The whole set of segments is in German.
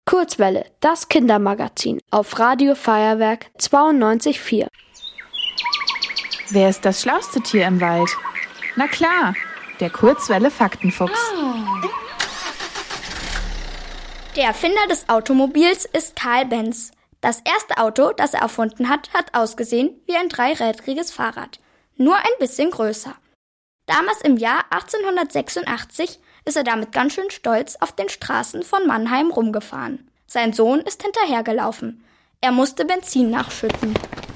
Kurzwelle, das Kindermagazin auf Radio Feuerwerk 92,4. Wer ist das schlauste Tier im Wald? Na klar, der Kurzwelle-Faktenfuchs. Der Erfinder des Automobils ist Carl Benz. Das erste Auto, das er erfunden hat, hat ausgesehen wie ein dreirädriges Fahrrad, nur ein bisschen größer. Damals im Jahr 1886 ist er damit ganz schön stolz auf den Straßen von Mannheim rumgefahren. Sein Sohn ist hinterhergelaufen. Er musste Benzin nachschütten.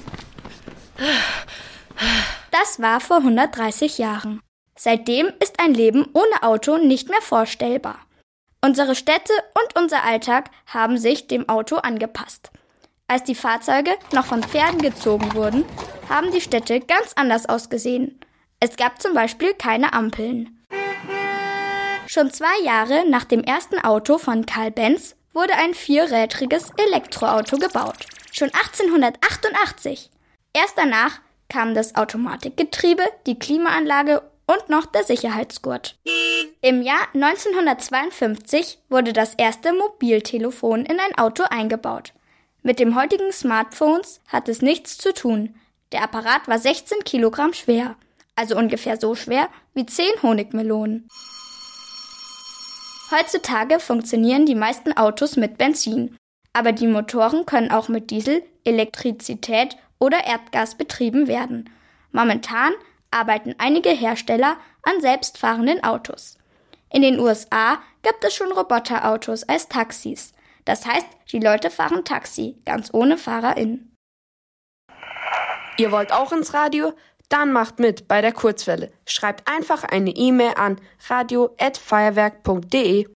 Das war vor 130 Jahren. Seitdem ist ein Leben ohne Auto nicht mehr vorstellbar. Unsere Städte und unser Alltag haben sich dem Auto angepasst. Als die Fahrzeuge noch von Pferden gezogen wurden, haben die Städte ganz anders ausgesehen. Es gab zum Beispiel keine Ampeln. Schon 2 Jahre nach dem ersten Auto von Carl Benz wurde ein 4rädriges Elektroauto gebaut. Schon 1888. Erst danach kamen das Automatikgetriebe, die Klimaanlage und noch der Sicherheitsgurt. Im Jahr 1952 wurde das erste Mobiltelefon in ein Auto eingebaut. Mit dem heutigen Smartphones hat es nichts zu tun. Der Apparat war 16 Kilogramm schwer, also ungefähr so schwer wie 10 Honigmelonen. Heutzutage funktionieren die meisten Autos mit Benzin, aber die Motoren können auch mit Diesel, Elektrizität oder Erdgas betrieben werden. Momentan arbeiten einige Hersteller an selbstfahrenden Autos. In den USA gibt es schon Roboterautos als Taxis. Das heißt, die Leute fahren Taxi, ganz ohne FahrerInnen. Ihr wollt auch ins Radio? Dann macht mit bei der Kurzwelle. Schreibt einfach eine E-Mail an radio@feuerwerk.de.